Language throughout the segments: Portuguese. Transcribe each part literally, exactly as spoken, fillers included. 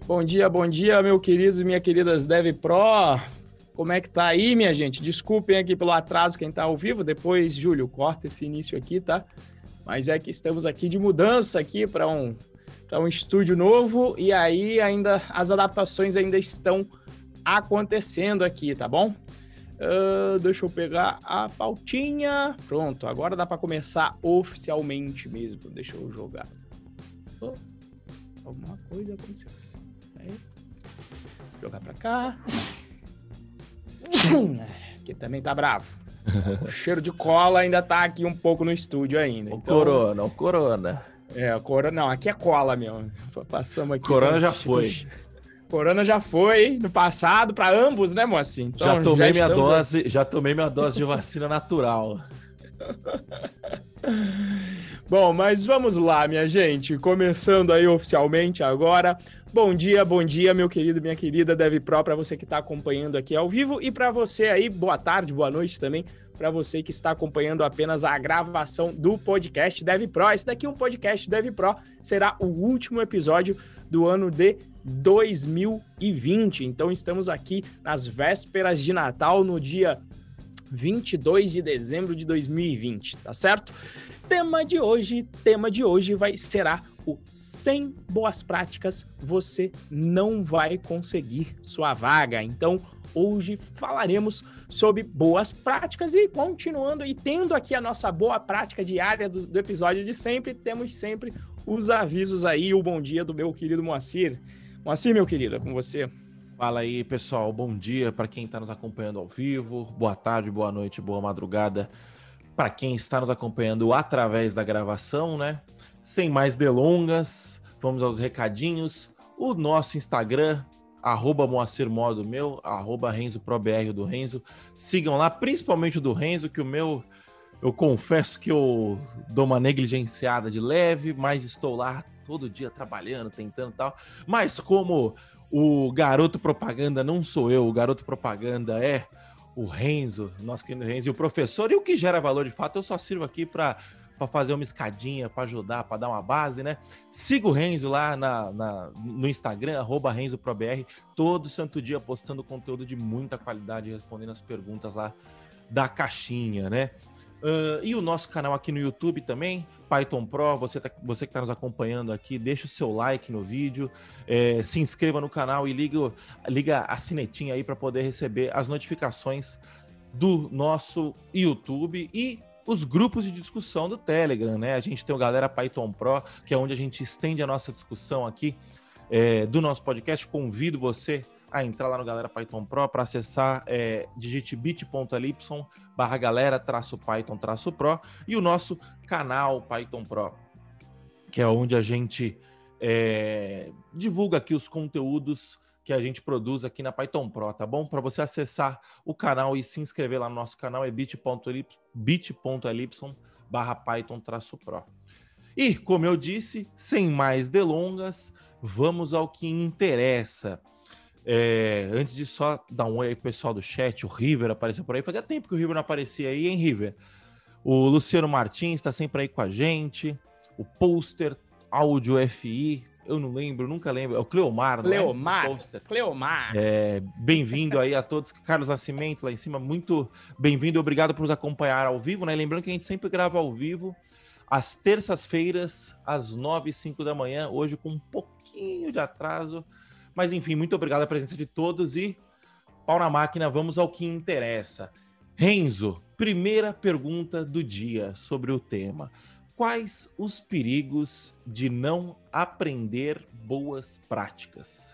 Bom dia, bom dia, meu queridos e minhas queridas DevPro. Como é que tá aí, minha gente? Desculpem aqui pelo atraso quem tá ao vivo. Depois, Júlio, corta esse início aqui, tá? Mas é que estamos aqui de mudança aqui para um, para um estúdio novo e aí ainda as adaptações ainda estão acontecendo aqui, tá bom? Uh, deixa eu pegar a pautinha. Pronto, agora dá para começar oficialmente mesmo. Deixa eu jogar. Oh, alguma coisa aconteceu. Aí. Jogar para cá. Que também tá bravo. O cheiro de cola ainda tá aqui um pouco no estúdio ainda. O então... corona, o corona. É, o corona, não, aqui é cola mesmo. Passamos aqui. Corona já foi. Corona já foi no passado para ambos, né, Moacir? Então, já tomei já minha dose, a... já tomei minha dose de vacina natural. Bom, mas vamos lá, minha gente. Começando aí oficialmente agora. Bom dia, bom dia, meu querido, minha querida DevPro, para você que está acompanhando aqui ao vivo e para você aí, boa tarde, boa noite também, para você que está acompanhando apenas a gravação do podcast DevPro. Esse daqui é um podcast DevPro, será o último episódio do ano de dois mil e vinte. Então estamos aqui nas vésperas de Natal, no dia vinte e dois de dezembro de dois mil e vinte, tá certo? Tema de hoje, tema de hoje vai será o sem boas práticas você não vai conseguir sua vaga. Então, hoje falaremos sobre boas práticas e continuando e tendo aqui a nossa boa prática diária do, do episódio de sempre, temos sempre os avisos aí, o bom dia do meu querido Moacir. Moacir, meu querido, é com você. Fala aí, pessoal, bom dia para quem está nos acompanhando ao vivo, boa tarde, boa noite, boa madrugada para quem está nos acompanhando através da gravação, né? Sem mais delongas, vamos aos recadinhos. O nosso Instagram, arroba Moacir Modo meu, arroba RenzoProBR do Renzo. Sigam lá, principalmente o do Renzo, que o meu, eu confesso que eu dou uma negligenciada de leve, mas estou lá todo dia trabalhando, tentando e tal. Mas como o garoto propaganda não sou eu, o garoto propaganda é o Renzo, nosso querido Renzo, e o professor, e o que gera valor de fato, eu só sirvo aqui para fazer uma escadinha, para ajudar, para dar uma base, né? Siga o Renzo lá na, na, no Instagram, arroba RenzoProBR, todo santo dia postando conteúdo de muita qualidade, respondendo as perguntas lá da caixinha, né? Uh, e o nosso canal aqui no YouTube também, Python Pro, você, tá, você que está nos acompanhando aqui, deixa o seu like no vídeo, é, se inscreva no canal e liga, liga a sinetinha aí para poder receber as notificações do nosso YouTube e os grupos de discussão do Telegram, né? A gente tem o Galera Python Pro, que é onde a gente estende a nossa discussão aqui é, do nosso podcast. Convido você a entrar lá no Galera Python Pro para acessar, é, digite bit.ly barra galera traço Python traço Pro e o nosso canal Python Pro, que é onde a gente é, divulga aqui os conteúdos que a gente produz aqui na Python Pro, tá bom? Para você acessar o canal e se inscrever lá no nosso canal é bit.ly bit.ly barra Python traço Pro. E, como eu disse, sem mais delongas, vamos ao que interessa. É, antes de só dar um oi aí pro pessoal do chat, o River apareceu por aí. Fazia tempo que o River não aparecia aí, hein, River? O Luciano Martins está sempre aí com a gente. O Poster, Áudio F I, eu não lembro, nunca lembro. É o Cleomar, não Cleomar, é? Cleomar. É, bem-vindo aí a todos. Carlos Nascimento lá em cima, muito bem-vindo e obrigado por nos acompanhar ao vivo, né? Lembrando que a gente sempre grava ao vivo às terças-feiras, às nove e cinco da manhã, hoje com um pouquinho de atraso. Mas, enfim, muito obrigado a presença de todos e pau na máquina, vamos ao que interessa. Renzo, primeira pergunta do dia sobre o tema. Quais os perigos de não aprender boas práticas?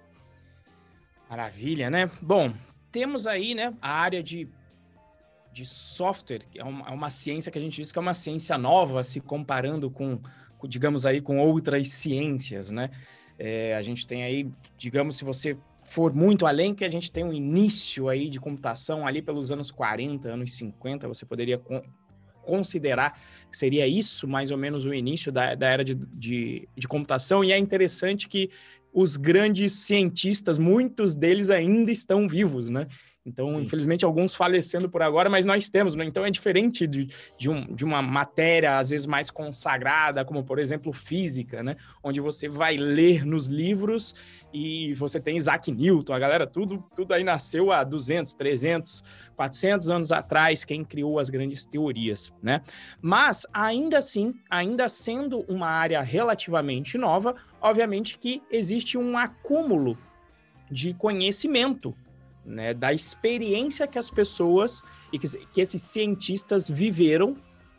Maravilha, né? Bom, temos aí, né, a área de, de software, que é uma, é uma ciência que a gente diz que é uma ciência nova, se comparando com, com digamos aí, com outras ciências, né? É, a gente tem aí, digamos, se você for muito além, que a gente tem um início aí de computação ali pelos anos quarenta, anos cinquenta, você poderia con- considerar que seria isso mais ou menos o início da, da era de, de, de computação, e é interessante que os grandes cientistas, muitos deles ainda estão vivos, né? Então, Sim. infelizmente, alguns falecendo por agora, mas nós temos, né? Então é diferente de, de, um, de uma matéria, às vezes, mais consagrada, como, por exemplo, física, né? Onde você vai ler nos livros e você tem Isaac Newton, a galera, tudo, tudo aí nasceu há duzentos, trezentos, quatrocentos anos atrás, quem criou as grandes teorias, né? Mas, ainda assim, ainda sendo uma área relativamente nova, obviamente que existe um acúmulo de conhecimento, né, da experiência que as pessoas e que, que esses cientistas viveram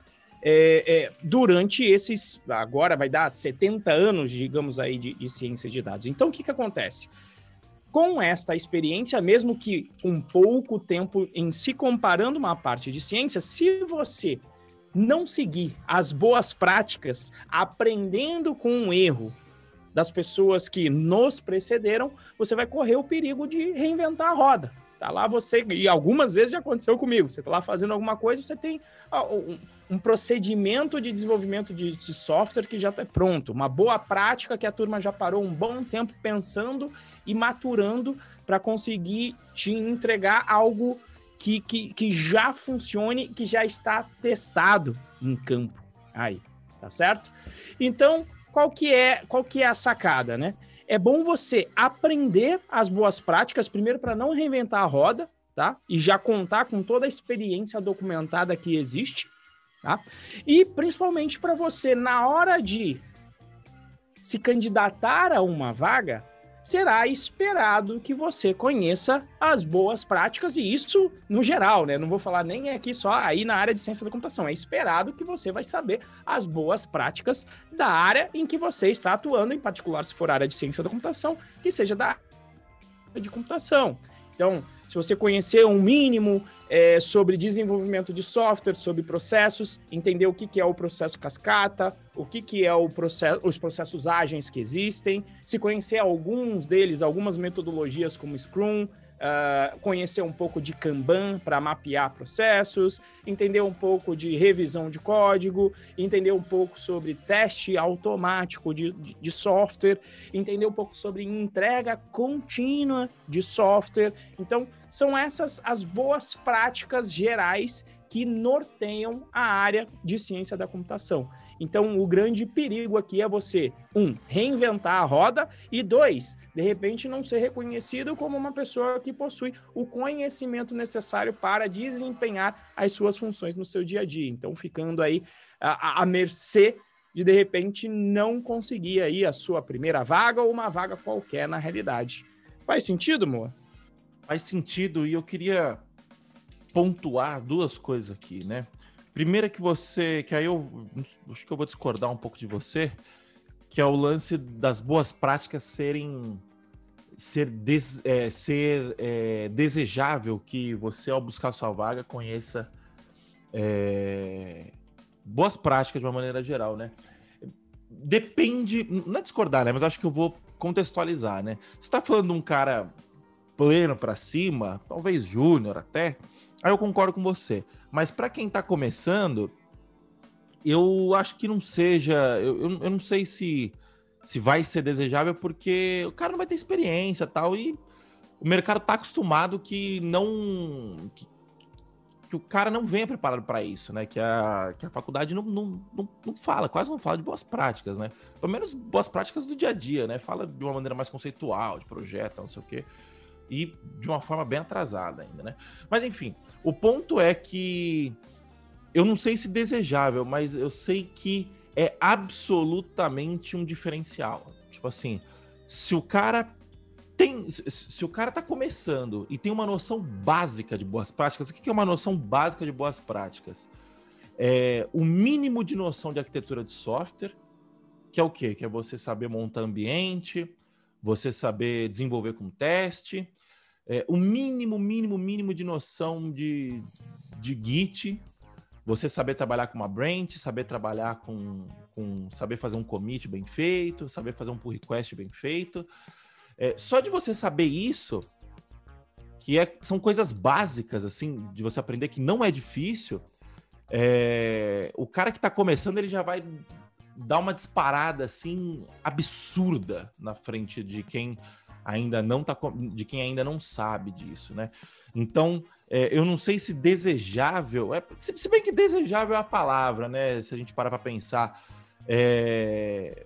é, é, durante esses, agora vai dar setenta anos, digamos aí, de, de ciência de dados. Então, o que que acontece? Com esta experiência, mesmo que com pouco tempo em se comparando uma parte de ciência, se você não seguir as boas práticas, aprendendo com um erro das pessoas que nos precederam, você vai correr o perigo de reinventar a roda. Tá lá você, e algumas vezes já aconteceu comigo, você tá lá fazendo alguma coisa, você tem um, um procedimento de desenvolvimento de, de software que já está pronto, uma boa prática que a turma já parou um bom tempo pensando e maturando para conseguir te entregar algo que, que, que já funcione, que já está testado em campo. Aí, tá certo? Então, Qual que, é, qual que é a sacada, né? É bom você aprender as boas práticas, primeiro para não reinventar a roda, tá? E já contar com toda a experiência documentada que existe, tá? E principalmente para você, na hora de se candidatar a uma vaga, será esperado que você conheça as boas práticas, e isso no geral, né? Não vou falar nem aqui só aí na área de ciência da computação. É esperado que você vai saber as boas práticas da área em que você está atuando, em particular se for área de ciência da computação, que seja da área de computação. Então, se você conhecer um mínimo é, sobre desenvolvimento de software, sobre processos, entender o que, que é o processo cascata, o que, que é o processo, os processos ágeis que existem, se conhecer alguns deles, algumas metodologias como Scrum, uh, conhecer um pouco de Kanban para mapear processos, entender um pouco de revisão de código, entender um pouco sobre teste automático de, de, de software, entender um pouco sobre entrega contínua de software. Então, são essas as boas práticas gerais que norteiam a área de ciência da computação. Então, o grande perigo aqui é você, um, reinventar a roda, e dois, de repente não ser reconhecido como uma pessoa que possui o conhecimento necessário para desempenhar as suas funções no seu dia a dia. Então, ficando aí à, à mercê de, de repente, não conseguir aí a sua primeira vaga ou uma vaga qualquer na realidade. Faz sentido, Moa? Faz sentido, e eu queria pontuar duas coisas aqui, né? Primeiro que você, que aí eu acho que eu vou discordar um pouco de você, que é o lance das boas práticas serem ser, des, é, ser é, desejável que você, ao buscar sua vaga, conheça é, boas práticas de uma maneira geral, né? Depende, não é discordar, né? Mas acho que eu vou contextualizar, né? Você tá falando de um cara pleno para cima, talvez júnior até, aí eu concordo com você. Mas para quem está começando, eu acho que não seja... Eu, eu, eu não sei se, se vai ser desejável, porque o cara não vai ter experiência e tal, e o mercado está acostumado que não... Que, que o cara não venha preparado para isso, né? Que a, que a faculdade não, não, não, não fala, quase não fala de boas práticas, né? Pelo menos boas práticas do dia a dia, né? Fala de uma maneira mais conceitual, de projeto, não sei o quê. E de uma forma bem atrasada ainda, né? Mas enfim, o ponto é que eu não sei se desejável, mas eu sei que é absolutamente um diferencial. Tipo assim, se o cara tem, se, se o cara tá começando e tem uma noção básica de boas práticas, o que é uma noção básica de boas práticas? É o mínimo de noção de arquitetura de software, que é o quê? Que é você saber montar ambiente, você saber desenvolver com teste, é, o mínimo, mínimo, mínimo de noção de, de Git, você saber trabalhar com uma branch, saber trabalhar com, com saber fazer um commit bem feito, saber fazer um pull request bem feito. É, só de você saber isso, que é, são coisas básicas, assim, de você aprender que não é difícil, é, o cara que está começando, ele já vai dar uma disparada, assim, absurda na frente de quem ainda não tá, de quem ainda não sabe disso, né? Então, é, eu não sei se desejável, é, se, se bem que desejável é a palavra, né? Se a gente parar para pensar, é,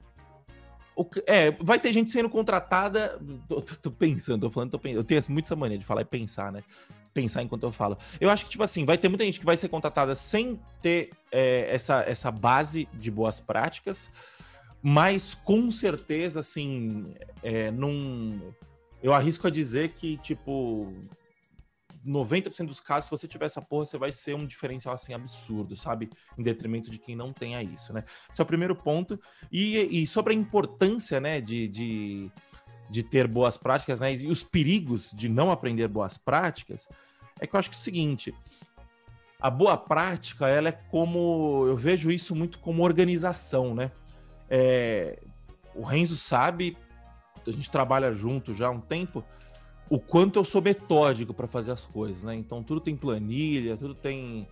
o, é, vai ter gente sendo contratada, tô, tô, tô pensando, tô falando, tô pensando, eu tenho muito essa mania de falar e pensar, né? Pensar enquanto eu falo. Eu acho que, tipo assim, vai ter muita gente que vai ser contratada sem ter é, essa, essa base de boas práticas, mas com certeza, assim, é, num, eu arrisco a dizer que, tipo, noventa por cento dos casos, se você tiver essa porra, você vai ser um diferencial, assim, absurdo, sabe? Em detrimento de quem não tenha isso, né? Esse é o primeiro ponto. E, e sobre a importância, né, de, de, de ter boas práticas, né, e os perigos de não aprender boas práticas, é que eu acho que é o seguinte, a boa prática, ela é como, eu vejo isso muito como organização, né? É, o Renzo sabe, a gente trabalha junto já há um tempo, o quanto eu sou metódico para fazer as coisas, né? Então tudo tem planilha, tudo tem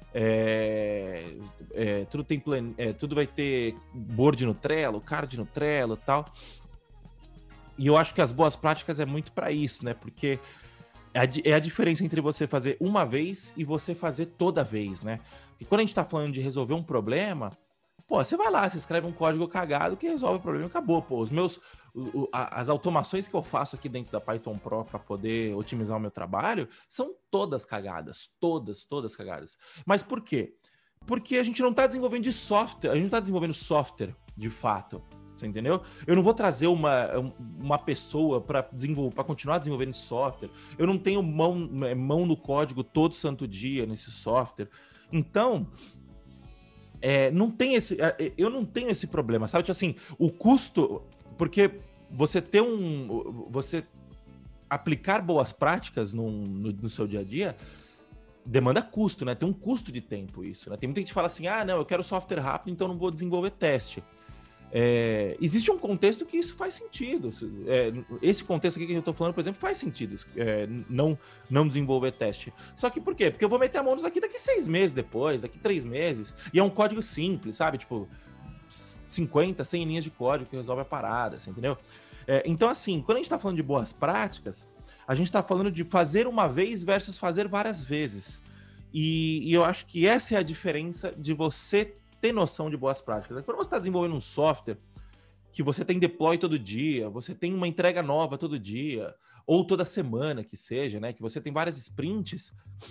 é, é, tudo tem plan... é, tudo vai ter board no Trello, card no Trello e tal. E eu acho que as boas práticas é muito para isso, né? Porque é a, é a diferença entre você fazer uma vez e você fazer toda vez, né? Porque quando a gente tá falando de resolver um problema, pô, você vai lá, você escreve um código cagado que resolve o problema e acabou, pô. Os meus, o, a, as automações que eu faço aqui dentro da Python Pro para poder otimizar o meu trabalho são todas cagadas, todas, todas cagadas. Mas por quê? Porque a gente não tá desenvolvendo de software, a gente não tá desenvolvendo software, de fato, você entendeu? Eu não vou trazer uma, uma pessoa para desenvolver, para continuar desenvolvendo software. Eu não tenho mão, mão no código todo santo dia nesse software. Então, É, não tem esse, eu não tenho esse problema, sabe? Tipo assim, o custo, porque você ter um, você aplicar boas práticas no, no, no seu dia a dia demanda custo, né? Tem um custo de tempo isso, né? Tem muita gente que fala assim, ah, não, eu quero software rápido, então não vou desenvolver teste. É, existe um contexto que isso faz sentido. É, esse contexto aqui que eu tô falando, por exemplo, faz sentido é, não, não desenvolver teste. Só que por quê? Porque eu vou meter a mão nisso aqui daqui seis meses depois, daqui três meses, e é um código simples, sabe? Tipo, cinquenta, cem linhas de código que resolve a parada, assim, entendeu? É, então, assim, quando a gente tá falando de boas práticas, a gente tá falando de fazer uma vez versus fazer várias vezes. E, e eu acho que essa é a diferença de você ter noção de boas práticas. Quando você está desenvolvendo um software que você tem deploy todo dia, você tem uma entrega nova todo dia, ou toda semana que seja, né? Que você tem várias sprints,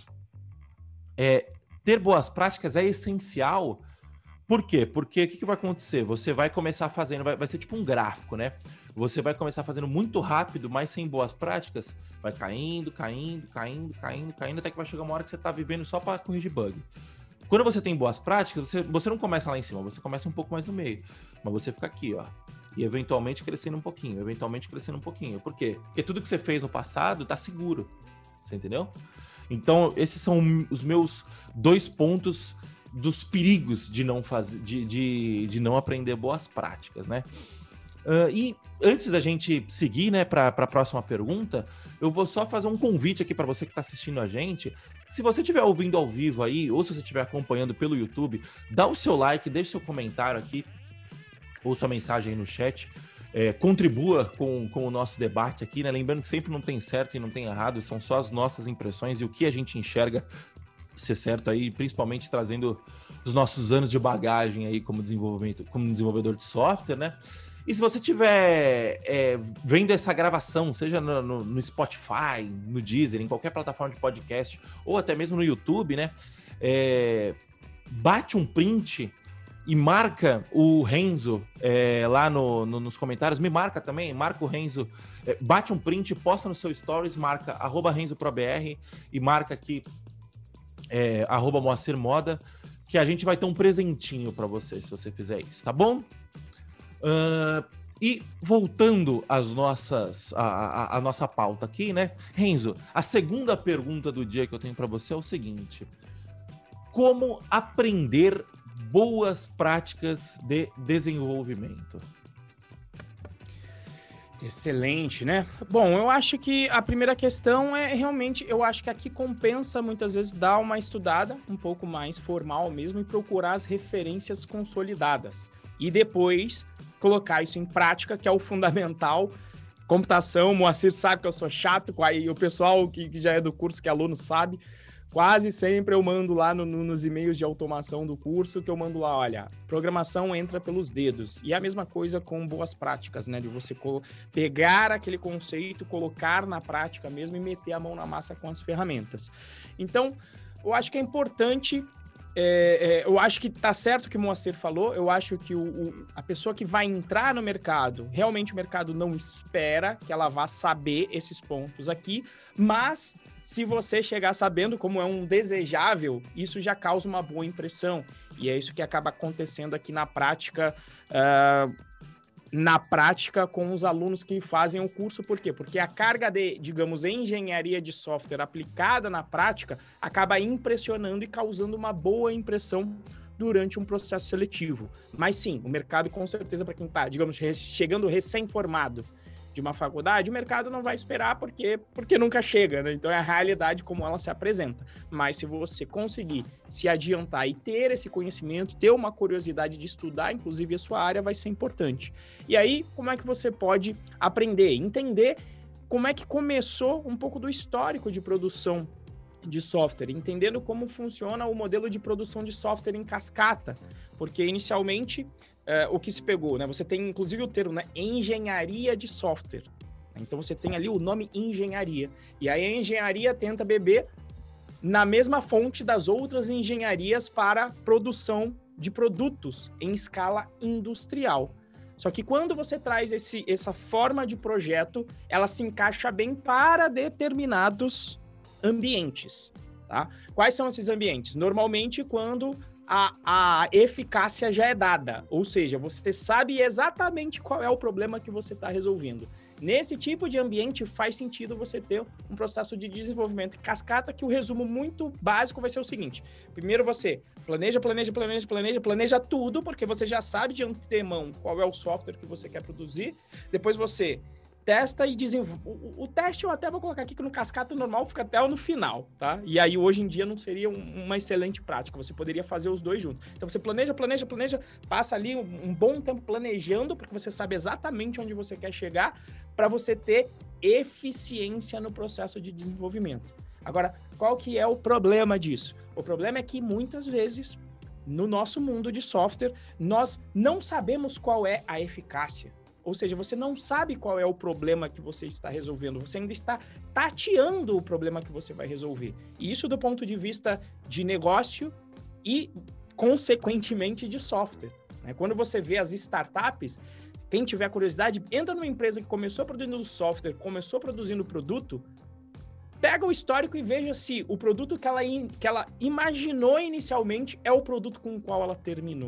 é, ter boas práticas é essencial. Por quê? Porque o que, que vai acontecer? Você vai começar fazendo, vai, vai ser tipo um gráfico, né? Você vai começar fazendo muito rápido, mas sem boas práticas, vai caindo, caindo, caindo, caindo, caindo, até que vai chegar uma hora que você está vivendo só para corrigir bug. Quando você tem boas práticas, você, você não começa lá em cima, você começa um pouco mais no meio. Mas você fica aqui, ó. E eventualmente crescendo um pouquinho, eventualmente crescendo um pouquinho. Por quê? Porque tudo que você fez no passado tá seguro. Você entendeu? Então, esses são os meus dois pontos dos perigos de não fazer, de, de, de não aprender boas práticas, né? Uh, e antes da gente seguir, né, para a próxima pergunta, eu vou só fazer um convite aqui para você que está assistindo a gente. Se você estiver ouvindo ao vivo aí, ou se você estiver acompanhando pelo YouTube, dá o seu like, deixe seu comentário aqui, ou sua mensagem aí no chat. É, contribua com, com o nosso debate aqui, né? Lembrando que sempre não tem certo e não tem errado, são só as nossas impressões e o que a gente enxerga ser certo aí, principalmente trazendo os nossos anos de bagagem aí como, desenvolvimento, como desenvolvedor de software, né? E se você estiver é, vendo essa gravação, seja no, no, no Spotify, no Deezer, em qualquer plataforma de podcast, ou até mesmo no YouTube, né? É, bate um print e marca o Renzo é, lá no, no, nos comentários. Me marca também, marca o Renzo. É, bate um print, posta no seu stories, marca arroba RenzoProBR e marca aqui é, arroba Moacir Moda, que a gente vai ter um presentinho para você se você fizer isso, tá bom? Uh, e voltando às nossas, a, a, a nossa pauta aqui, né? Renzo, a segunda pergunta do dia que eu tenho para você é o seguinte: como aprender boas práticas de desenvolvimento? Excelente, né? Bom, eu acho que a primeira questão é realmente, eu acho que aqui compensa muitas vezes dar uma estudada um pouco mais formal mesmo e procurar as referências consolidadas. E depois colocar isso em prática, que é o fundamental, computação, o Moacir sabe que eu sou chato, e o pessoal que, que já é do curso, que é aluno, sabe. Quase sempre eu mando lá no, no, nos e-mails de automação do curso, que eu mando lá, olha, programação entra pelos dedos. E é a mesma coisa com boas práticas, né? De você pegar aquele conceito, colocar na prática mesmo e meter a mão na massa com as ferramentas. Então, eu acho que é importante... É, é, eu acho que tá certo o que o Moacir falou, eu acho que o, o, a pessoa que vai entrar no mercado, realmente o mercado não espera que ela vá saber esses pontos aqui, mas se você chegar sabendo como é um desejável, isso já causa uma boa impressão, e é isso que acaba acontecendo aqui na prática, uh, na prática com os alunos que fazem o curso. Por quê? Porque a carga de, digamos, engenharia de software aplicada na prática acaba impressionando e causando uma boa impressão durante um processo seletivo. Mas sim, o mercado, com certeza, para quem está, digamos, chegando recém-formado de uma faculdade, o mercado não vai esperar porque, porque nunca chega, né? Então é a realidade como ela se apresenta. Mas se você conseguir se adiantar e ter esse conhecimento, ter uma curiosidade de estudar, inclusive a sua área, vai ser importante. E aí, como é que você pode aprender, entender como é que começou um pouco do histórico de produção de software, entendendo como funciona o modelo de produção de software em cascata, porque inicialmente Uh, o que se pegou, né? Você tem inclusive o termo, né? Engenharia de software. Então você tem ali o nome engenharia. E aí a engenharia tenta beber na mesma fonte das outras engenharias para produção de produtos em escala industrial. Só que quando você traz esse, essa forma de projeto, ela se encaixa bem para determinados ambientes, tá? Quais são esses ambientes? Normalmente quando A, a eficácia já é dada, ou seja, você sabe exatamente qual é o problema que você está resolvendo. Nesse tipo de ambiente faz sentido você ter um processo de desenvolvimento em cascata, que o resumo muito básico vai ser o seguinte: primeiro você planeja, planeja, planeja, planeja, planeja tudo, porque você já sabe de antemão qual é o software que você quer produzir. Depois você testa e desenvolve. O, o teste eu até vou colocar aqui que no cascata normal fica até no final, tá? E aí hoje em dia não seria um, uma excelente prática, você poderia fazer os dois juntos. Então você planeja, planeja, planeja, passa ali um, um bom tempo planejando, porque você sabe exatamente onde você quer chegar, para você ter eficiência no processo de desenvolvimento. Agora, qual que é o problema disso? O problema é que muitas vezes, no nosso mundo de software, nós não sabemos qual é a eficácia. Ou seja, você não sabe qual é o problema que você está resolvendo, você ainda está tateando o problema que você vai resolver. E isso do ponto de vista de negócio e, consequentemente, de software, né? Quando você vê as startups, quem tiver curiosidade, entra numa empresa que começou produzindo software, começou produzindo produto, pega o histórico e veja se o produto que ela, que ela imaginou inicialmente é o produto com o qual ela terminou.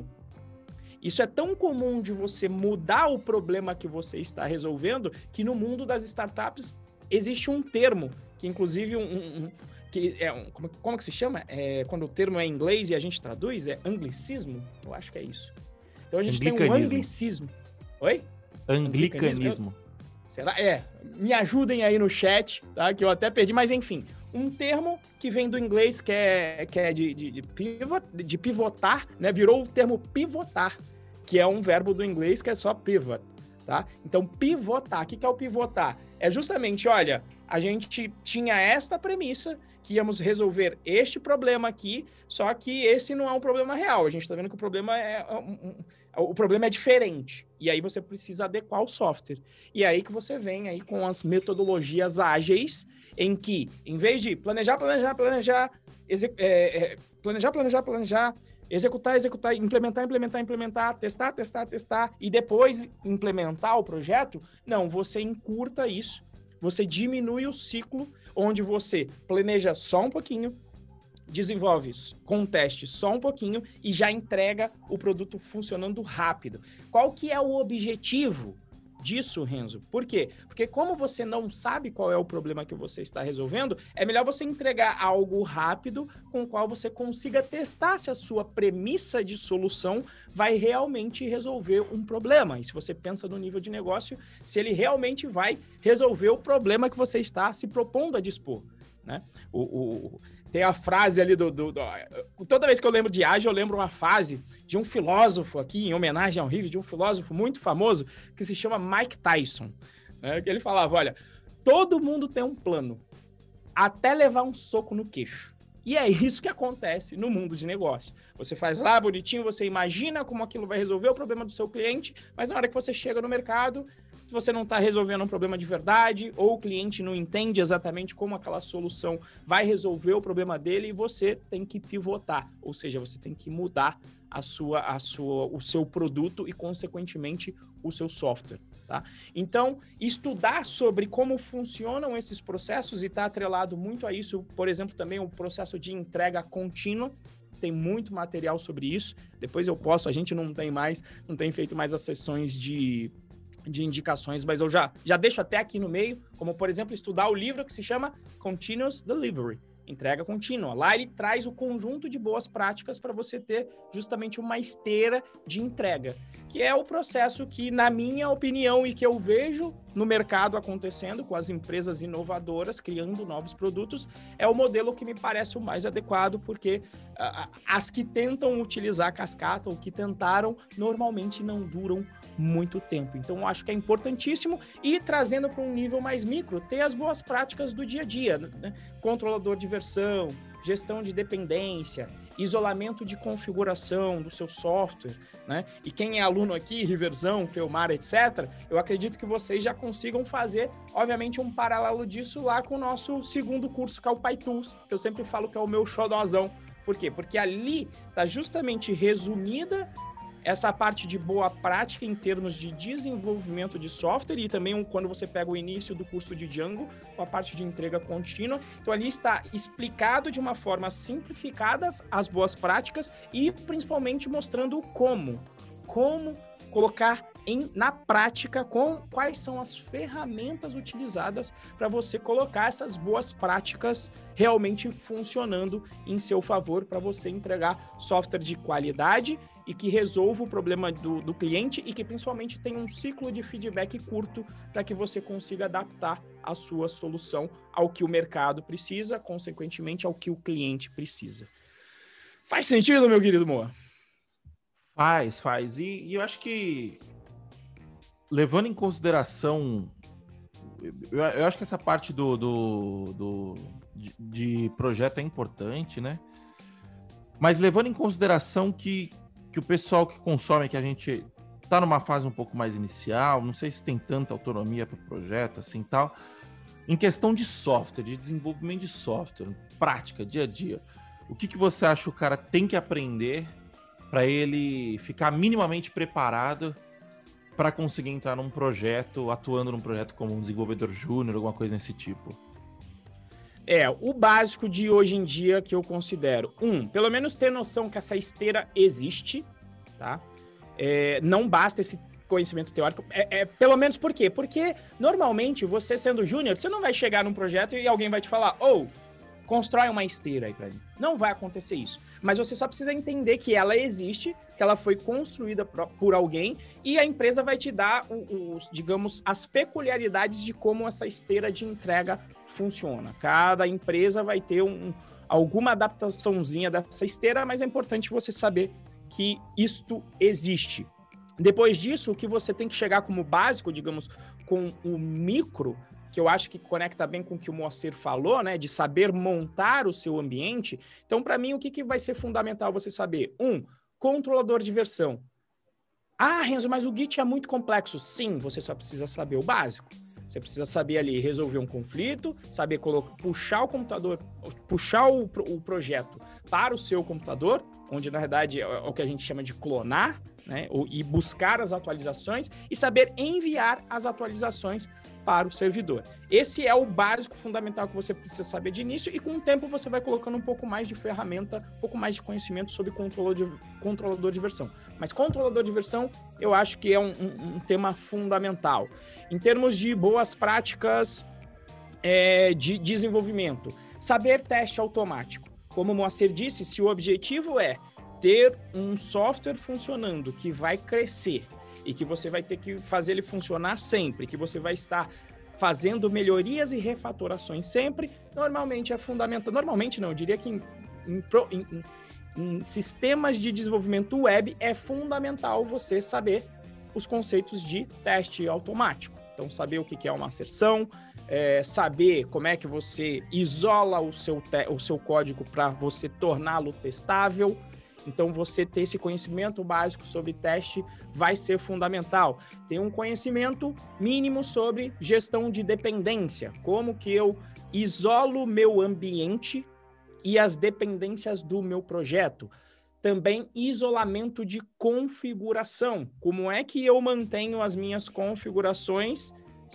Isso é tão comum de você mudar o problema que você está resolvendo, que no mundo das startups existe um termo, que inclusive um, um, um que é um, como, como que se chama? É, quando o termo é em inglês e a gente traduz, é anglicismo? Eu acho que é isso. Então a gente tem um anglicismo. Oi? Anglicanismo. Anglicanismo. Será? É, me ajudem aí no chat, tá? Que eu até perdi, mas enfim. Um termo que vem do inglês, que é, que é de, de, de, pivot, de pivotar, né? Virou o termo pivotar, que é um verbo do inglês que é só pivot, tá? Então, pivotar. O que é o pivotar? É justamente, olha, a gente tinha esta premissa, que íamos resolver este problema aqui, só que esse não é um problema real. A gente está vendo que o problema é... Um, um, o problema é diferente. E aí você precisa adequar o software. E aí que você vem aí com as metodologias ágeis, em que, em vez de planejar, planejar, planejar, exec, é, é, planejar, planejar, planejar, executar, executar, implementar, implementar, implementar, testar, testar, testar, e depois implementar o projeto, não, você encurta isso, você diminui o ciclo, onde você planeja só um pouquinho, desenvolve com teste só um pouquinho e já entrega o produto funcionando rápido. Qual que é o objetivo disso, Renzo? Por quê? Porque como você não sabe qual é o problema que você está resolvendo, é melhor você entregar algo rápido com o qual você consiga testar se a sua premissa de solução vai realmente resolver um problema. E se você pensa no nível de negócio, se ele realmente vai resolver o problema que você está se propondo a dispor, né? O... o Tem a frase ali do, do, do... Toda vez que eu lembro de ágil, eu lembro uma frase de um filósofo aqui, em homenagem ao Rive, de um filósofo muito famoso, que se chama Mike Tyson. né? Que ele falava, olha, todo mundo tem um plano, até levar um soco no queixo. E é isso que acontece no mundo de negócio. Você faz lá bonitinho, você imagina como aquilo vai resolver o problema do seu cliente, mas na hora que você chega no mercado, você não está resolvendo um problema de verdade, ou o cliente não entende exatamente como aquela solução vai resolver o problema dele, e você tem que pivotar, ou seja, você tem que mudar a sua, a sua, o seu produto e, consequentemente, o seu software. Tá? Então, estudar sobre como funcionam esses processos e está atrelado muito a isso, por exemplo, também o processo de entrega contínua, tem muito material sobre isso, depois eu posso, a gente não tem mais, não tem feito mais as sessões de, de indicações, mas eu já, já deixo até aqui no meio, como, por exemplo, estudar o livro que se chama Continuous Delivery, entrega contínua. Lá ele traz o conjunto de boas práticas para você ter justamente uma esteira de entrega, que é o processo que, na minha opinião, e que eu vejo no mercado acontecendo com as empresas inovadoras, criando novos produtos, é o modelo que me parece o mais adequado, porque uh, as que tentam utilizar a cascata, ou que tentaram, normalmente não duram muito tempo. Então, eu acho que é importantíssimo, e trazendo para um nível mais micro, ter as boas práticas do dia a dia, né? Controlador de versão, gestão de dependência, isolamento de configuração do seu software, né? E quem é aluno aqui, Riverzão, Cleomar, etcétera, eu acredito que vocês já consigam fazer, obviamente, um paralelo disso lá com o nosso segundo curso, que é o PyTools, que eu sempre falo que é o meu xodózão. Por quê? Porque ali está justamente resumida essa parte de boa prática em termos de desenvolvimento de software, e também quando você pega o início do curso de Django, com a parte de entrega contínua. Então ali está explicado de uma forma simplificada as boas práticas e principalmente mostrando como, como colocar em, na prática com quais são as ferramentas utilizadas para você colocar essas boas práticas realmente funcionando em seu favor, para você entregar software de qualidade e que resolva o problema do, do cliente, e que principalmente tenha um ciclo de feedback curto para que você consiga adaptar a sua solução ao que o mercado precisa, consequentemente ao que o cliente precisa. Faz sentido, meu querido Moa? Faz, faz. E, e eu acho que, levando em consideração, eu, eu acho que essa parte do, do, do de, de projeto é importante, né? Mas levando em consideração que que o pessoal que consome, que a gente tá numa fase um pouco mais inicial, não sei se tem tanta autonomia para o projeto, assim, tal. Em questão de software, de desenvolvimento de software, prática, dia a dia, o que, que você acha que o cara tem que aprender para ele ficar minimamente preparado para conseguir entrar num projeto, atuando num projeto como um desenvolvedor júnior, alguma coisa desse tipo? É, o básico de hoje em dia que eu considero, um, pelo menos ter noção que essa esteira existe, tá? É, não basta esse conhecimento teórico, é, é, pelo menos por quê? Porque, normalmente, você sendo júnior, você não vai chegar num projeto e alguém vai te falar, ou, oh, constrói uma esteira aí pra mim. Não vai acontecer isso. Mas você só precisa entender que ela existe, que ela foi construída por alguém, e a empresa vai te dar, os, digamos, as peculiaridades de como essa esteira de entrega funciona. Cada empresa vai ter um, alguma adaptaçãozinha dessa esteira, mas é importante você saber que isto existe. Depois disso, o que você tem que chegar como básico, digamos, com o micro, que eu acho que conecta bem com o que o Moacir falou, né, de saber montar o seu ambiente. Então, para mim, o que, que vai ser fundamental você saber? Um, controlador de versão. Ah, Renzo, mas o Git é muito complexo. Sim, você só precisa saber o básico. Você precisa saber ali resolver um conflito, saber colocar, puxar o computador, puxar o, o projeto para o seu computador, onde na verdade é o que a gente chama de clonar, né? E buscar as atualizações e saber enviar as atualizações para o servidor. Esse é o básico fundamental que você precisa saber de início, e com o tempo você vai colocando um pouco mais de ferramenta, um pouco mais de conhecimento sobre controlador de, controlador de versão. Mas controlador de versão, eu acho que é um, um, um tema fundamental. Em termos de boas práticas é, de desenvolvimento, saber teste automático. Como o Moacir disse, se o objetivo é ter um software funcionando que vai crescer, e que você vai ter que fazer ele funcionar sempre, que você vai estar fazendo melhorias e refatorações sempre, normalmente é fundamental. Normalmente não, eu diria que em, em, em, em sistemas de desenvolvimento web é fundamental você saber os conceitos de teste automático. Então, saber o que é uma asserção, é, saber como é que você isola o seu, o seu código para você torná-lo testável. Então, você ter esse conhecimento básico sobre teste vai ser fundamental. Ter um conhecimento mínimo sobre gestão de dependência, como que eu isolo meu ambiente e as dependências do meu projeto. Também isolamento de configuração. Como é que eu mantenho as minhas configurações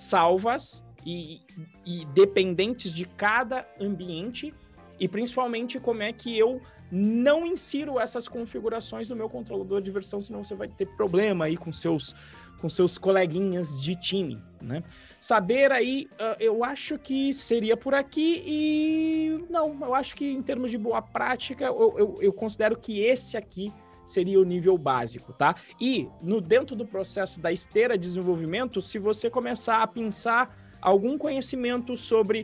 salvas e, e dependentes de cada ambiente, e principalmente como é que eu não insiro essas configurações no meu controlador de versão, senão você vai ter problema aí com seus, com seus coleguinhas de time, né? Saber aí, uh, eu acho que seria por aqui e... Não, eu acho que em termos de boa prática, eu, eu, eu considero que esse aqui seria o nível básico, tá? E no, dentro do processo da esteira de desenvolvimento, se você começar a pensar algum conhecimento sobre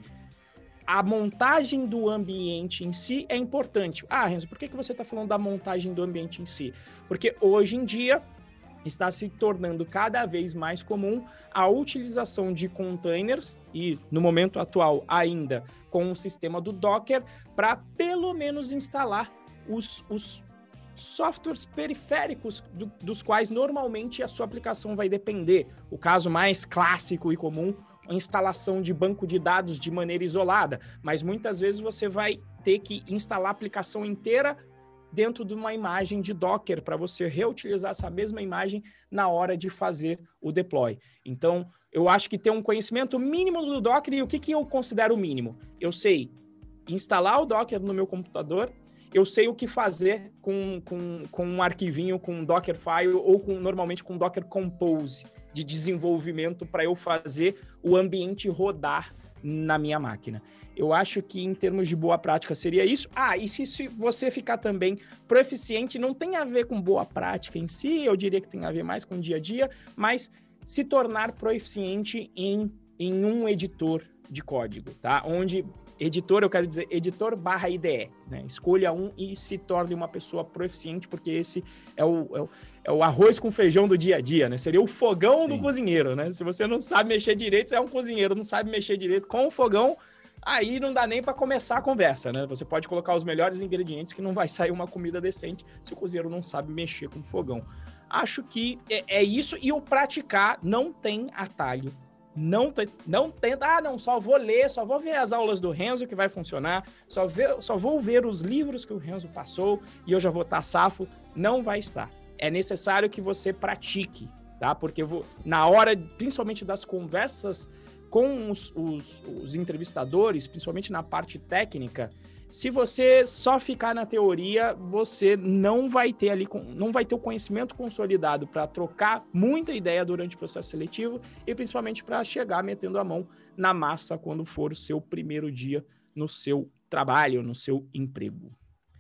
a montagem do ambiente em si é importante. Ah, Renzo, por que, que você está falando da montagem do ambiente em si? Porque hoje em dia está se tornando cada vez mais comum a utilização de containers e, no momento atual, ainda com o sistema do Docker, para pelo menos instalar os, os softwares periféricos do, dos quais normalmente a sua aplicação vai depender. O caso mais clássico e comum, a instalação de banco de dados de maneira isolada, mas muitas vezes você vai ter que instalar a aplicação inteira dentro de uma imagem de Docker para você reutilizar essa mesma imagem na hora de fazer o deploy. Então, eu acho que ter um conhecimento mínimo do Docker, e o que, que eu considero mínimo? Eu sei instalar o Docker no meu computador, eu sei o que fazer com, com, com um arquivinho, com um Dockerfile ou com, normalmente com Docker Compose de desenvolvimento para eu fazer o ambiente rodar na minha máquina. Eu acho que em termos de boa prática seria isso. Ah, e se, se você ficar também proficiente, não tem a ver com boa prática em si, eu diria que tem a ver mais com o dia a dia, mas se tornar proficiente em, em um editor de código, tá? Onde editor, eu quero dizer editor barra I D E, né? Escolha um e se torne uma pessoa proficiente, porque esse é o, é o, é o arroz com feijão do dia a dia, né? Seria o fogão Sim. do cozinheiro, né? Se você não sabe mexer direito, você é um cozinheiro, não sabe mexer direito com o fogão, aí não dá nem para começar a conversa, né? Você pode colocar os melhores ingredientes que não vai sair uma comida decente se o cozinheiro não sabe mexer com o fogão. Acho que é, é isso, e o praticar não tem atalho. Não, não tenta, ah, não, só vou ler, só vou ver as aulas do Renzo que vai funcionar, só, ver, só vou ver os livros que o Renzo passou e eu já vou estar safo. Não vai estar. É necessário que você pratique, tá? Porque eu vou, na hora, principalmente das conversas com os, os, os entrevistadores, principalmente na parte técnica, se você só ficar na teoria, você não vai ter ali, não vai ter o conhecimento consolidado para trocar muita ideia durante o processo seletivo e principalmente para chegar metendo a mão na massa quando for o seu primeiro dia no seu trabalho, no seu emprego.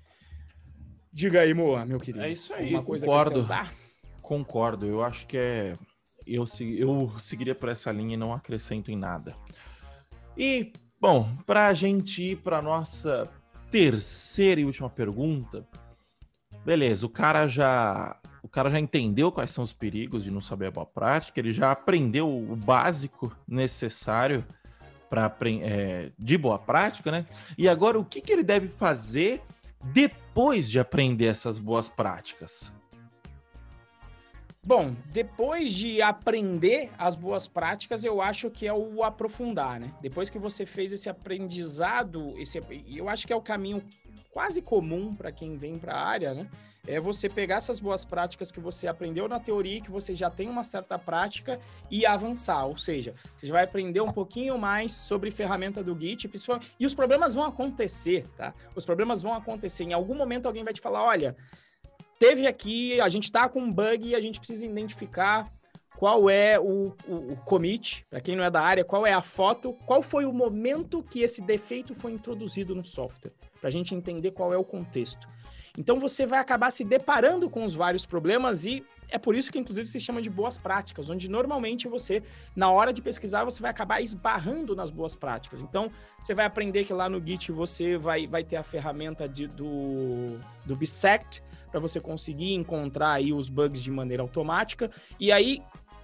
Diga aí, Moa, meu querido. É isso aí, uma coisa concordo. Concordo, eu acho que é... Eu, eu seguiria por essa linha e não acrescento em nada. E... Bom, para a gente ir para nossa terceira e última pergunta, beleza, o cara já o cara já entendeu quais são os perigos de não saber a boa prática, ele já aprendeu o básico necessário para é, de boa prática, né? E agora o que, que ele deve fazer depois de aprender essas boas práticas? Bom, depois de aprender as boas práticas, eu acho que é o aprofundar, né? Depois que você fez esse aprendizado, esse, eu acho que é o caminho quase comum para quem vem para a área, né? É você pegar essas boas práticas que você aprendeu na teoria, que você já tem uma certa prática e avançar. Ou seja, você vai aprender um pouquinho mais sobre ferramenta do Git, e os problemas vão acontecer, tá? Os problemas vão acontecer. Em algum momento alguém vai te falar, olha... Teve aqui, a gente está com um bug e a gente precisa identificar qual é o, o, o commit, para quem não é da área, qual é a foto, qual foi o momento que esse defeito foi introduzido no software, para a gente entender qual é o contexto. Então você vai acabar se deparando com os vários problemas e é por isso que inclusive se chama de boas práticas, onde normalmente você, na hora de pesquisar, você vai acabar esbarrando nas boas práticas. Então você vai aprender que lá no Git você vai, vai ter a ferramenta de, do, do Bisect, para você conseguir encontrar aí os bugs de maneira automática. E aí,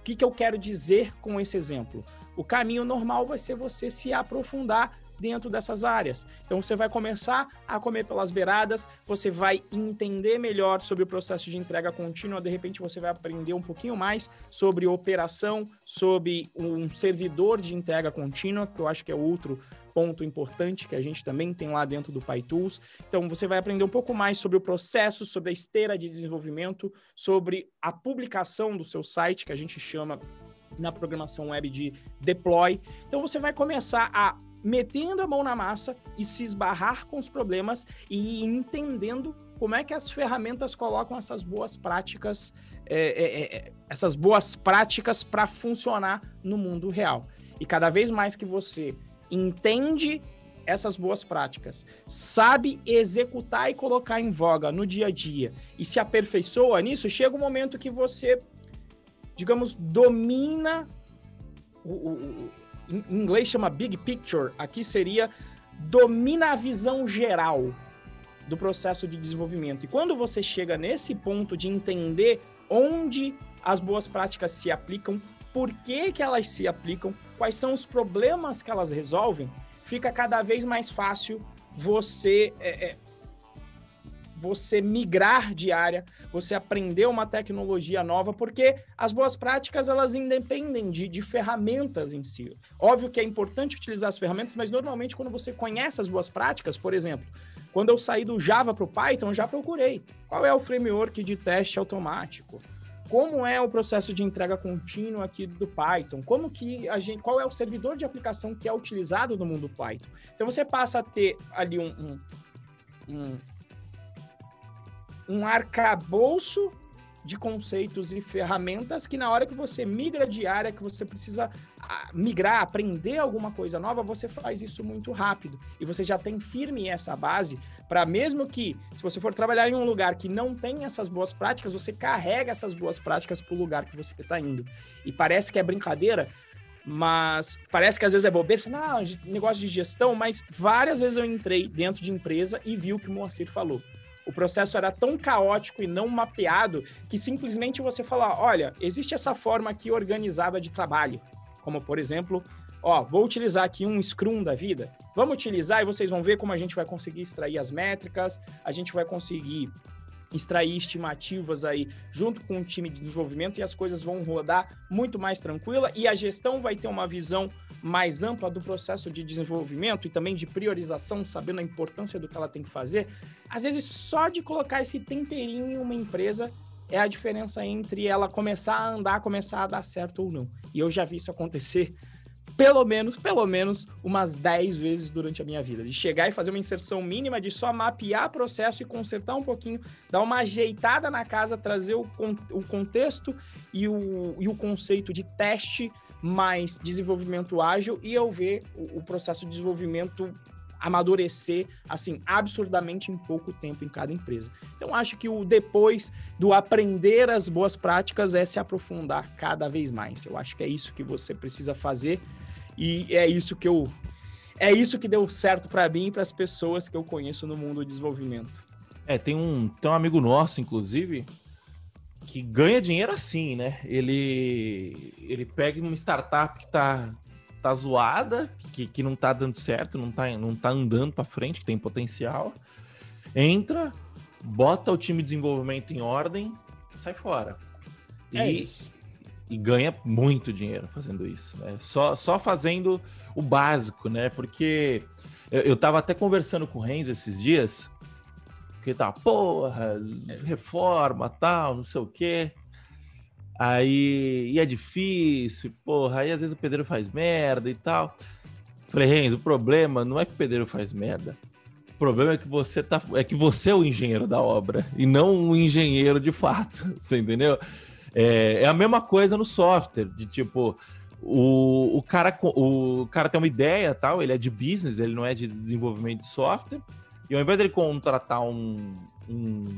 que, que eu quero dizer com esse exemplo? O caminho normal vai ser você se aprofundar dentro dessas áreas. Então você vai começar a comer pelas beiradas, você vai entender melhor sobre o processo de entrega contínua, de repente você vai aprender um pouquinho mais sobre operação, sobre um servidor de entrega contínua, que eu acho que é outro ponto importante que a gente também tem lá dentro do PyTools. Então você vai aprender um pouco mais sobre o processo, sobre a esteira de desenvolvimento, sobre a publicação do seu site, que a gente chama na programação web de deploy. Então você vai começar a metendo a mão na massa e se esbarrar com os problemas e entendendo como é que as ferramentas colocam essas boas práticas, é, é, essas boas práticas para funcionar no mundo real. E cada vez mais que você entende essas boas práticas, sabe executar e colocar em voga no dia a dia e se aperfeiçoa nisso, chega um momento que você, digamos, domina o, o em inglês chama big picture, aqui seria domina a visão geral do processo de desenvolvimento. E quando você chega nesse ponto de entender onde as boas práticas se aplicam, por que que elas se aplicam, quais são os problemas que elas resolvem, fica cada vez mais fácil você é, é, você migrar de área, você aprender uma tecnologia nova, porque as boas práticas, elas independem de, de ferramentas em si. Óbvio que é importante utilizar as ferramentas, mas normalmente quando você conhece as boas práticas, por exemplo, quando eu saí do Java para o Python, eu já procurei qual é o framework de teste automático, como é o processo de entrega contínua aqui do Python, como que a gente, qual é o servidor de aplicação que é utilizado no mundo Python. Então você passa a ter ali um, um, um um arcabouço de conceitos e ferramentas que na hora que você migra de área, que você precisa migrar, aprender alguma coisa nova, você faz isso muito rápido. E você já tem firme essa base para mesmo que, se você for trabalhar em um lugar que não tem essas boas práticas, você carrega essas boas práticas para o lugar que você está indo. E parece que é brincadeira, mas parece que às vezes é bobeira, não, negócio de gestão, mas várias vezes eu entrei dentro de empresa e vi o que o Moacir falou. O processo era tão caótico e não mapeado que simplesmente você fala, olha, existe essa forma aqui organizada de trabalho, como por exemplo, ó, vou utilizar aqui um Scrum da vida, vamos utilizar e vocês vão ver como a gente vai conseguir extrair as métricas, a gente vai conseguir extrair estimativas aí junto com o time de desenvolvimento e as coisas vão rodar muito mais tranquila e a gestão vai ter uma visão mais ampla do processo de desenvolvimento e também de priorização, sabendo a importância do que ela tem que fazer. Às vezes, só de colocar esse temperinho em uma empresa é a diferença entre ela começar a andar, começar a dar certo ou não. E eu já vi isso acontecer pelo menos, pelo menos umas dez vezes durante a minha vida, de chegar e fazer uma inserção mínima, de só mapear processo e consertar um pouquinho, dar uma ajeitada na casa, trazer o, con- o contexto e o, e o conceito de teste mais desenvolvimento ágil e eu ver o, o processo de desenvolvimento amadurecer, assim, absurdamente em pouco tempo em cada empresa. Então, acho que o depois do aprender as boas práticas é se aprofundar cada vez mais. Eu acho que é isso que você precisa fazer e é isso que eu... É isso que deu certo para mim e para as pessoas que eu conheço no mundo do desenvolvimento. É, tem um, tem um amigo nosso, inclusive, que ganha dinheiro assim, né? Ele, ele pega uma startup que tá... tá zoada, que, que não tá dando certo, não tá, não tá andando para frente, que tem potencial, entra, bota o time de desenvolvimento em ordem, sai fora. E, é isso. E ganha muito dinheiro fazendo isso, né? Só, só fazendo o básico, né? Porque eu, eu tava até conversando com o Renzo esses dias, que tá, porra, reforma, tal, não sei o quê. Aí e é difícil, porra, aí às vezes o pedreiro faz merda e tal. Falei, Renzo, o problema não é que o pedreiro faz merda. O problema é que você tá, é que você é o engenheiro da obra e não o engenheiro de fato, você entendeu? É, é a mesma coisa no software, de tipo, o, o, cara, o cara tem uma ideia, tal, ele é de business, ele não é de desenvolvimento de software, e ao invés dele contratar um... um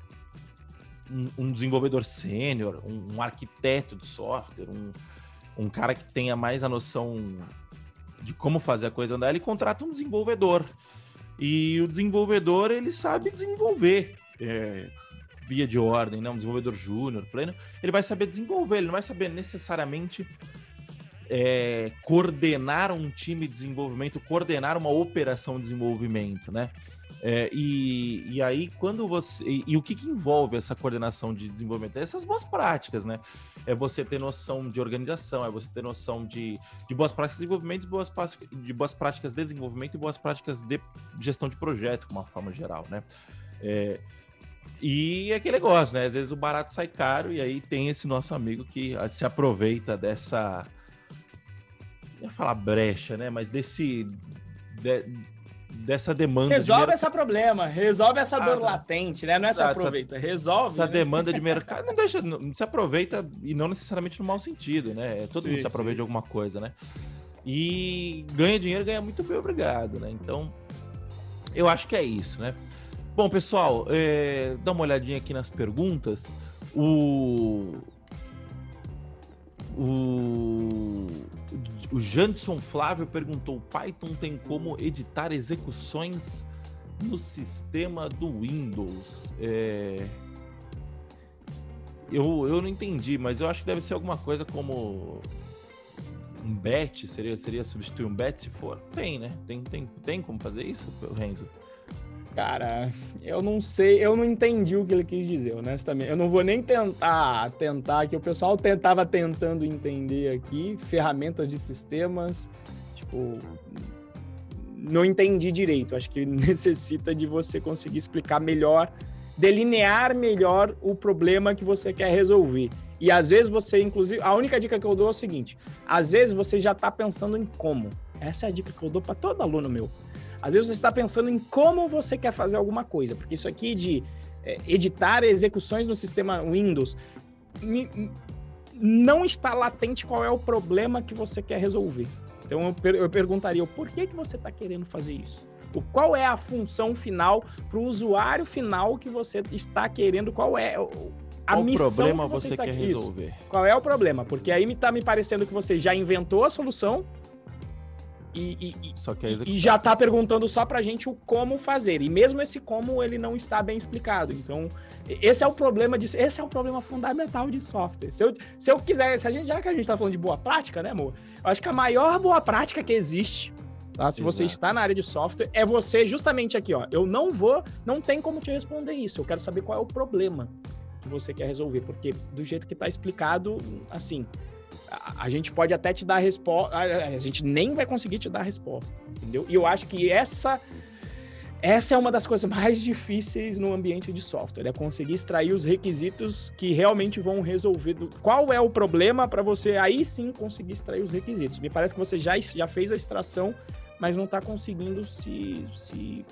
um desenvolvedor sênior, um, um arquiteto de software, um, um cara que tenha mais a noção de como fazer a coisa andar, ele contrata um desenvolvedor. E o desenvolvedor, ele sabe desenvolver. É, via de ordem, né? Um desenvolvedor júnior, pleno, ele vai saber desenvolver, ele não vai saber necessariamente é, coordenar um time de desenvolvimento, coordenar uma operação de desenvolvimento, né? É, e, e aí, quando você... E, e o que, que envolve essa coordenação de desenvolvimento? Essas boas práticas, né? É você ter noção de organização, é você ter noção de, de boas práticas de desenvolvimento, de boas, de boas práticas de desenvolvimento e boas práticas de gestão de projeto, de uma forma geral, né? É, e é aquele negócio, né? Às vezes o barato sai caro e aí tem esse nosso amigo que se aproveita dessa... Não ia falar brecha, né? Mas desse... De, dessa demanda... Resolve de esse problema, resolve essa ah, dor tá. latente, né? Não é se Ah, aproveita, resolve. Essa né? demanda de mercado não deixa, não se aproveita, e não necessariamente no mau sentido, né? Todo Sim, mundo se aproveita sim. de alguma coisa, né? E ganha dinheiro, ganha muito bem, obrigado, né? Então, eu acho que é isso, né? Bom, pessoal, é, dá uma olhadinha aqui nas perguntas. O... O... O Janderson Flávio perguntou: Python tem como editar execuções no sistema do Windows? É... Eu, eu não entendi, mas eu acho que deve ser alguma coisa como um batch, seria, seria substituir um batch se for? Tem, né? Tem, tem, tem como fazer isso, Renzo? Cara, eu não sei, eu não entendi o que ele quis dizer, honestamente. Eu não vou nem tentar, tentar, que o pessoal tentava tentando entender aqui, ferramentas de sistemas, tipo, não entendi direito. Acho que necessita de você conseguir explicar melhor, delinear melhor o problema que você quer resolver. E às vezes você, inclusive, a única dica que eu dou é o seguinte, às vezes você já está pensando em como. Essa é a dica que eu dou para todo aluno meu. Às vezes você está pensando em como você quer fazer alguma coisa, porque isso aqui de é, editar execuções no sistema Windows me, não está latente qual é o problema que você quer resolver. Então eu, per, eu perguntaria, por que, que você está querendo fazer isso? O, qual é a função final para o usuário final que você está querendo, qual é a qual missão problema que você, você está quer resolver? Isso. Qual é o problema? Porque aí me está me parecendo que você já inventou a solução, E, e, só que e já está perguntando só pra gente o como fazer. E mesmo esse como, ele não está bem explicado. Então, esse é o problema disso. Esse é um problema fundamental de software. Se eu, se eu quiser, se a gente, já que a gente está falando de boa prática, né, amor? Eu acho que a maior boa prática que existe, tá? Se você Exato. está na área de software, é você justamente aqui, ó. Eu não vou, não tem como te responder isso. Eu quero saber qual é o problema que você quer resolver. Porque do jeito que está explicado, assim... A gente pode até te dar a resposta, a gente nem vai conseguir te dar a resposta, entendeu? E eu acho que essa, essa é uma das coisas mais difíceis no ambiente de software, é conseguir extrair os requisitos que realmente vão resolver do, qual é o problema para você aí sim conseguir extrair os requisitos. Me parece que você já, já fez a extração, mas não está conseguindo se... se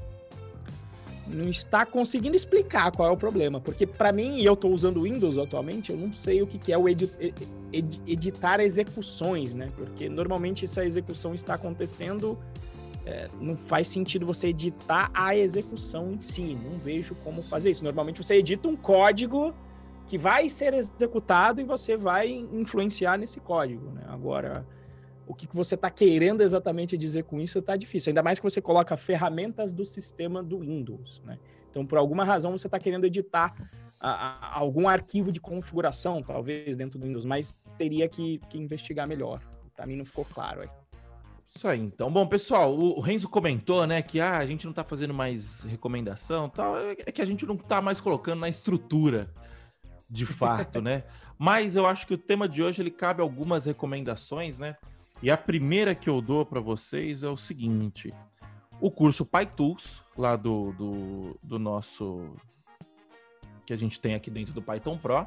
não está conseguindo explicar qual é o problema, porque para mim, e eu estou usando o Windows atualmente, eu não sei o que, que é o edi ed editar execuções, né? Porque normalmente essa execução está acontecendo, é, não faz sentido você editar a execução em si, não vejo como fazer isso. Normalmente você edita um código que vai ser executado e você vai influenciar nesse código, né? Agora... o que você está querendo exatamente dizer com isso está difícil. Ainda mais que você coloca ferramentas do sistema do Windows, né? Então, por alguma razão, você está querendo editar a, a, algum arquivo de configuração, talvez, dentro do Windows, mas teria que, que investigar melhor. Para mim não ficou claro aí. Isso aí, então. Bom, pessoal, o Renzo comentou, né, que ah, a gente não está fazendo mais recomendação e tal. É que a gente não está mais colocando na estrutura, de fato, né? Mas eu acho que o tema de hoje, ele cabe algumas recomendações, né? E a primeira que eu dou para vocês é o seguinte: o curso PyTools, lá do, do, do nosso... que a gente tem aqui dentro do Python Pro,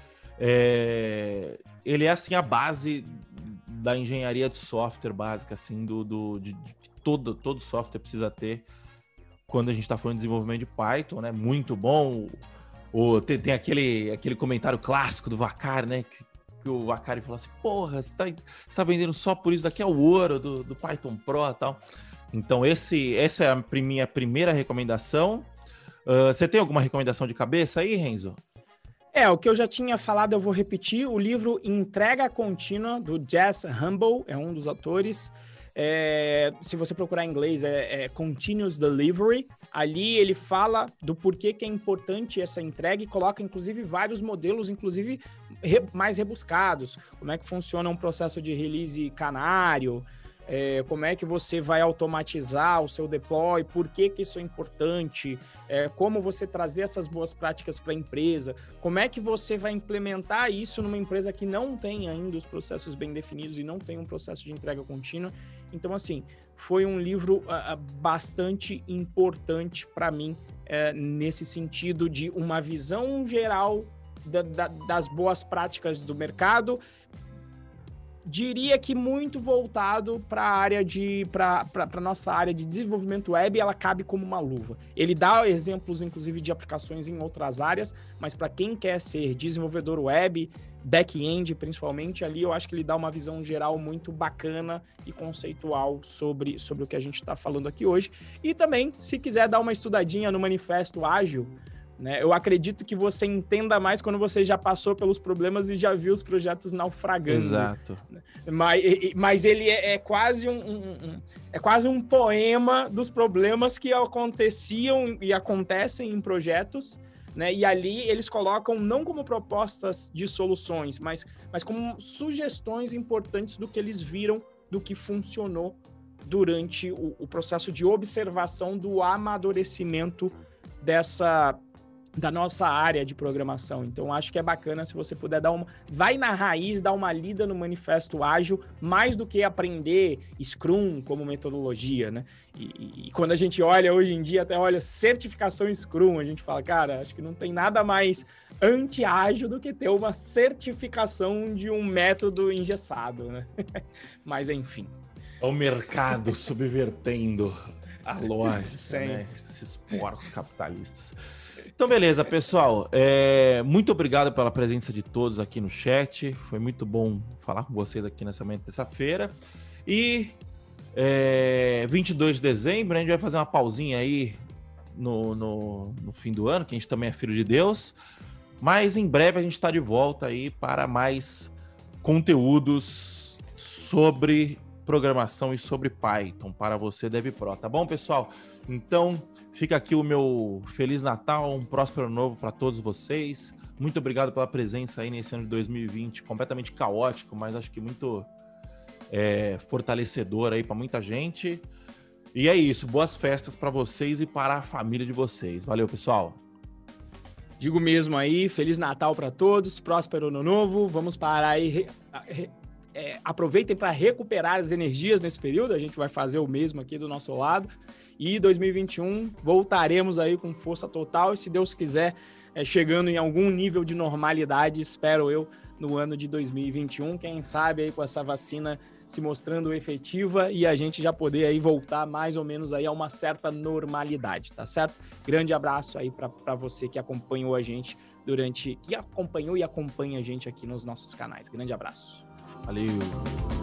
é, ele é, assim, a base da engenharia de software básica, assim, do, do, de, de todo, todo software precisa ter quando a gente está falando de desenvolvimento de Python, né? Muito bom. O, tem tem aquele, aquele comentário clássico do Vacari, né? Que, que o Vacari falou assim, porra, você tá, você tá vendendo só por isso, daqui é o ouro do, do Python Pro e tal. Então, esse, essa é a minha primeira recomendação. Uh, você tem alguma recomendação de cabeça aí, Renzo? É, o que eu já tinha falado, eu vou repetir. O livro Entrega Contínua, do Jez Humble, é um dos autores. É, se você procurar em inglês, é, é Continuous Delivery. Ali ele fala do porquê que é importante essa entrega e coloca, inclusive, vários modelos, inclusive re, mais rebuscados. Como é que funciona um processo de release canário, é, como é que você vai automatizar o seu deploy, por que que isso é importante, é, como você trazer essas boas práticas para a empresa, como é que você vai implementar isso numa empresa que não tem ainda os processos bem definidos e não tem um processo de entrega contínua. Então, assim, foi um livro uh, bastante importante para mim, uh, nesse sentido de uma visão geral da, da, das boas práticas do mercado. Diria que muito voltado para a área de para para nossa área de desenvolvimento web, ela cabe como uma luva. Ele dá exemplos, inclusive, de aplicações em outras áreas, mas para quem quer ser desenvolvedor web, back-end principalmente, ali eu acho que ele dá uma visão geral muito bacana e conceitual sobre, sobre o que a gente está falando aqui hoje. E também, se quiser dar uma estudadinha no Manifesto Ágil, né, eu acredito que você entenda mais quando você já passou pelos problemas e já viu os projetos naufragando. Exato. Mas, mas ele é, é, quase um, um, um, é quase um poema dos problemas que aconteciam e acontecem em projetos, né? E ali eles colocam não como propostas de soluções, mas, mas como sugestões importantes do que eles viram, do que funcionou durante o, o processo de observação do amadurecimento dessa... da nossa área de programação. Então, acho que é bacana se você puder dar uma... Vai na raiz, dar uma lida no Manifesto Ágil, mais do que aprender Scrum como metodologia, né? E, e, e quando a gente olha hoje em dia, até olha certificação Scrum, a gente fala, cara, acho que não tem nada mais anti-ágil do que ter uma certificação de um método engessado, né? Mas, enfim. É o mercado subvertendo a lógica, Sim. Né? Esses porcos capitalistas. Então, beleza, pessoal. É, muito obrigado pela presença de todos aqui no chat. Foi muito bom falar com vocês aqui nessa manhã de terça-feira. E é, vinte e dois de dezembro, a gente vai fazer uma pausinha aí no, no, no fim do ano, que a gente também é filho de Deus. Mas em breve a gente está de volta aí para mais conteúdos sobre programação e sobre Python para você, DevPro, tá bom, pessoal? Então, fica aqui o meu Feliz Natal, um próspero ano novo para todos vocês. Muito obrigado pela presença aí nesse ano de dois mil e vinte, completamente caótico, mas acho que muito é, fortalecedor aí para muita gente. E é isso, boas festas para vocês e para a família de vocês. Valeu, pessoal! Digo mesmo aí, Feliz Natal para todos, próspero ano novo, vamos parar aí... Re... Re... É, aproveitem para recuperar as energias nesse período, a gente vai fazer o mesmo aqui do nosso lado, e dois mil e vinte e um voltaremos aí com força total, e se Deus quiser, é, chegando em algum nível de normalidade, espero eu, no ano de dois mil e vinte e um, quem sabe aí com essa vacina se mostrando efetiva e a gente já poder aí voltar mais ou menos aí a uma certa normalidade, tá certo? Grande abraço aí para você que acompanhou a gente durante, que acompanhou e acompanha a gente aqui nos nossos canais. Grande abraço. Valeu!